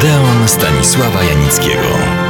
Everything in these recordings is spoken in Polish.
Odeon Stanisława Janickiego.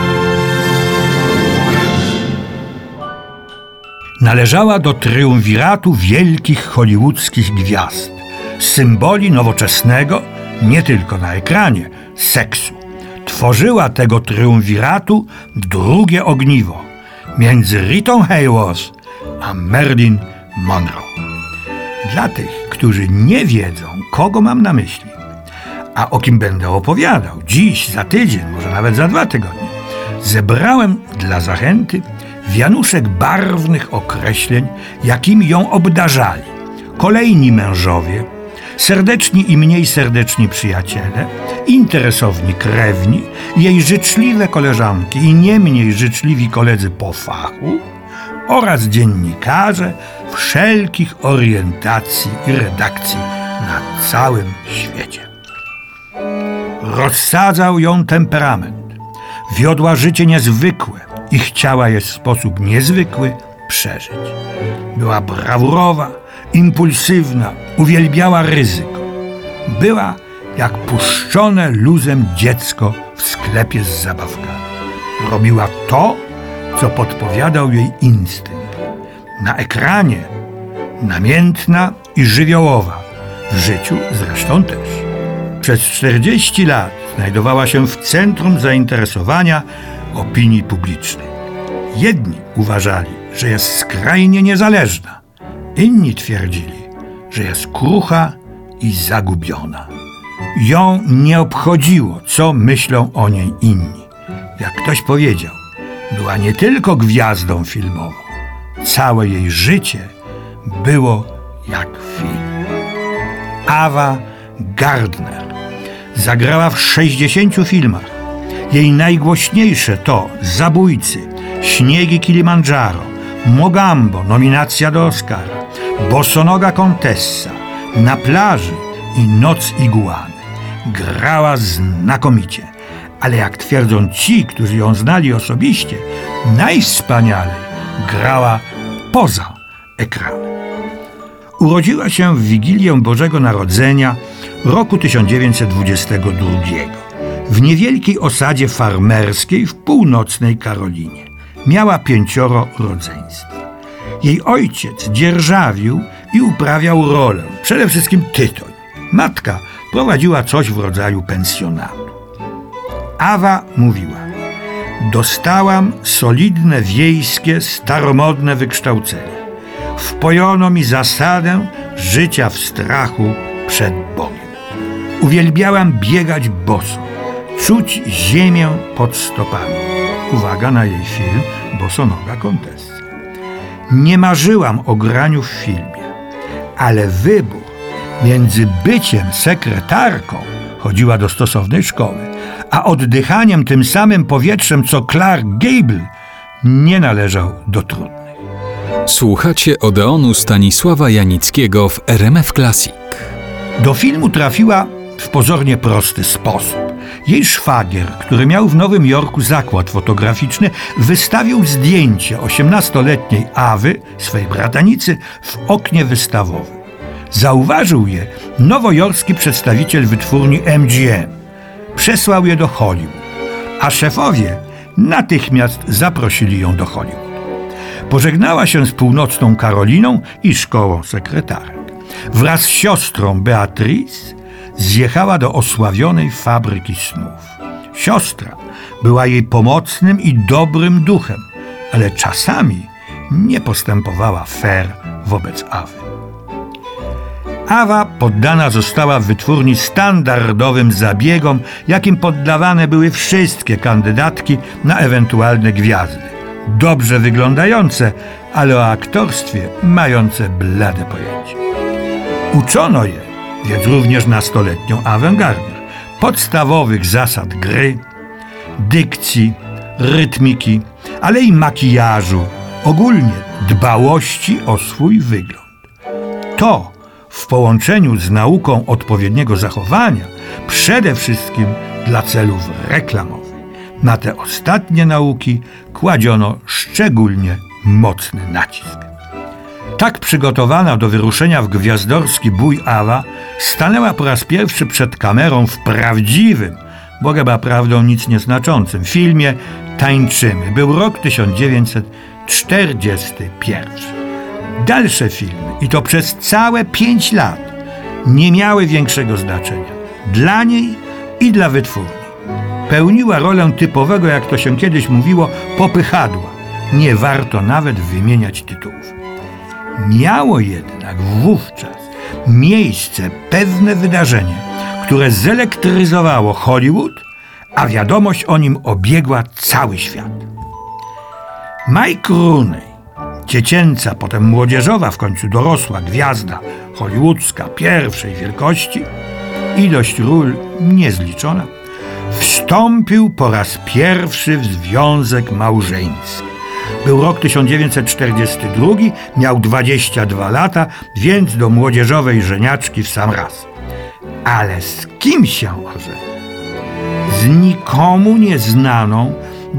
Należała do triumviratu wielkich hollywoodzkich gwiazd, symboli nowoczesnego, nie tylko na ekranie, seksu. Tworzyła tego triumviratu drugie ogniwo między Ritą Hayworth a Marilyn Monroe. Dla tych, którzy nie wiedzą, kogo mam na myśli, a o kim będę opowiadał dziś, za tydzień, może nawet za 2 tygodnie, zebrałem dla zachęty wianuszek barwnych określeń, jakimi ją obdarzali kolejni mężowie, serdeczni i mniej serdeczni przyjaciele, interesowni krewni, jej życzliwe koleżanki i nie mniej życzliwi koledzy po fachu oraz dziennikarze wszelkich orientacji i redakcji na całym świecie. Rozsadzał ją temperament, wiodła życie niezwykłe i chciała je w sposób niezwykły przeżyć. Była brawurowa, impulsywna, uwielbiała ryzyko. Była jak puszczone luzem dziecko w sklepie z zabawkami. Robiła to, co podpowiadał jej instynkt. Na ekranie namiętna i żywiołowa, w życiu zresztą też. Przez 40 lat znajdowała się w centrum zainteresowania opinii publicznej. Jedni uważali, że jest skrajnie niezależna, inni twierdzili, że jest krucha i zagubiona. Ją nie obchodziło, co myślą o niej inni. Jak ktoś powiedział, była nie tylko gwiazdą filmową. Całe jej życie było jak film. Ava Gardner zagrała w 60 filmach. Jej najgłośniejsze to Zabójcy, Śniegi Kilimandżaro, Mogambo, nominacja do Oscara, Bosonoga Kontessa, Na plaży i Noc iguany. Grała znakomicie, ale jak twierdzą ci, którzy ją znali osobiście, najwspanialej grała poza ekranem. Urodziła się w Wigilię Bożego Narodzenia roku 1922 w niewielkiej osadzie farmerskiej w północnej Karolinie. Miała 5 rodzeństw. Jej ojciec dzierżawił i uprawiał rolę, przede wszystkim tytoń. Matka prowadziła coś w rodzaju pensjonatu. Ava mówiła: dostałam solidne, wiejskie, staromodne wykształcenie. Wpojono mi zasadę życia w strachu przed Bogiem. Uwielbiałam biegać boso, czuć ziemię pod stopami. Uwaga na jej film Bosonoga Kontessa. Nie marzyłam o graniu w filmie, ale wybór między byciem sekretarką, chodziła do stosownej szkoły, a oddychaniem tym samym powietrzem co Clark Gable, nie należał do trudnych. Słuchacie Odeonu Stanisława Janickiego w RMF Classic. Do filmu trafiła w pozornie prosty sposób. Jej szwagier, który miał w Nowym Jorku zakład fotograficzny, wystawił zdjęcie 18-letniej Awy, swej bratanicy, w oknie wystawowym. Zauważył je nowojorski przedstawiciel wytwórni MGM. Przesłał je do Hollywood, a szefowie natychmiast zaprosili ją do Hollywood. Pożegnała się z północną Karoliną i szkołą sekretarek. Wraz z siostrą Beatrice zjechała do osławionej fabryki snów. Siostra była jej pomocnym i dobrym duchem, ale czasami nie postępowała fair wobec Awy. Ava poddana została w wytwórni standardowym zabiegom, jakim poddawane były wszystkie kandydatki na ewentualne gwiazdy. Dobrze wyglądające, ale o aktorstwie mające blade pojęcie. Uczono je, więc również nastoletnią Avę Gardner, podstawowych zasad gry, dykcji, rytmiki, ale i makijażu, ogólnie dbałości o swój wygląd. To w połączeniu z nauką odpowiedniego zachowania, przede wszystkim dla celów reklamowych. Na te ostatnie nauki kładziono szczególnie mocny nacisk. Tak przygotowana do wyruszenia w gwiazdorski bój Ava stanęła po raz pierwszy przed kamerą w prawdziwym, bo chyba prawdą nic nieznaczącym filmie Tańczymy. Był rok 1941. Dalsze filmy, i to przez całe 5 lat, nie miały większego znaczenia dla niej i dla wytwórni. Pełniła rolę typowego, jak to się kiedyś mówiło, popychadła. Nie warto nawet wymieniać tytułów. Miało jednak wówczas miejsce pewne wydarzenie, które zelektryzowało Hollywood, a wiadomość o nim obiegła cały świat. Mike Rooney, dziecięca, potem młodzieżowa, w końcu dorosła gwiazda hollywoodzka pierwszej wielkości, ilość ról niezliczona, wstąpił po raz pierwszy w związek małżeński. Był rok 1942, miał 22 lata, więc do młodzieżowej żeniaczki w sam raz. Ale z kim się ożenił? Z nikomu nieznaną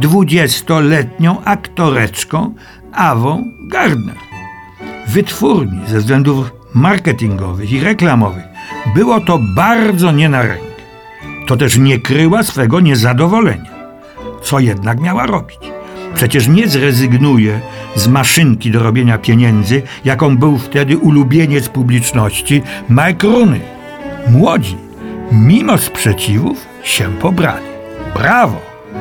20-letnią aktoreczką Awą Gardner. Wytwórni ze względów marketingowych i reklamowych było to bardzo nie na rękę. To też nie kryła swego niezadowolenia. Co jednak miała robić? Przecież nie zrezygnuje z maszynki do robienia pieniędzy, jaką był wtedy ulubieniec publiczności Mike Rooney. Młodzi, mimo sprzeciwów, się pobrali. Brawo!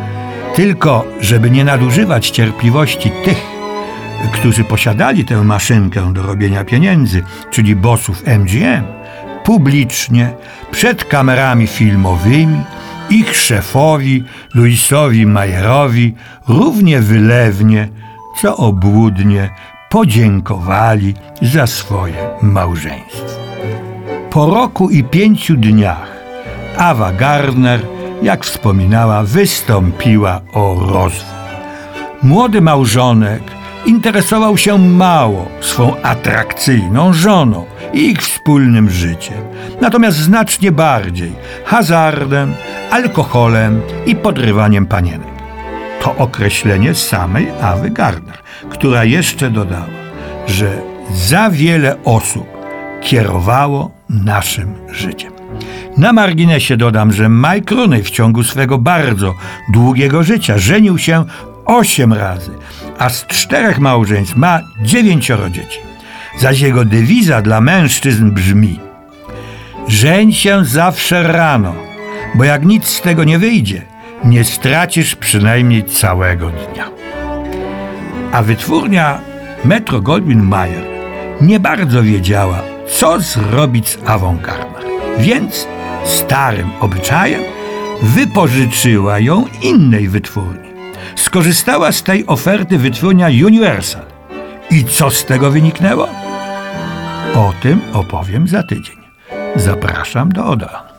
Tylko, żeby nie nadużywać cierpliwości tych, którzy posiadali tę maszynkę do robienia pieniędzy, czyli bossów MGM, publicznie, przed kamerami filmowymi, ich szefowi, Louisowi Mayerowi, równie wylewnie, co obłudnie podziękowali za swoje małżeństwo. Po roku i 5 dniach Awa Gardner, jak wspominała, wystąpiła o rozwód. Młody małżonek interesował się mało swą atrakcyjną żoną i ich wspólnym życiem, natomiast znacznie bardziej hazardem, alkoholem i podrywaniem panienek. To określenie samej Awy Gardner, która jeszcze dodała, że za wiele osób kierowało naszym życiem. Na marginesie dodam, że Mike Rooney w ciągu swego bardzo długiego życia żenił się 8 razy, a z 4 małżeństw ma 9 dzieci. Zaś jego dewiza dla mężczyzn brzmi: żeń się zawsze rano, bo jak nic z tego nie wyjdzie, nie stracisz przynajmniej całego dnia. A wytwórnia Metro-Goldwyn-Mayer nie bardzo wiedziała, co zrobić z Awą Gardner, więc starym obyczajem wypożyczyła ją innej wytwórni. Skorzystała z tej oferty wytwórnia Universal. I co z tego wyniknęło? O tym opowiem za tydzień. Zapraszam do Odeonu.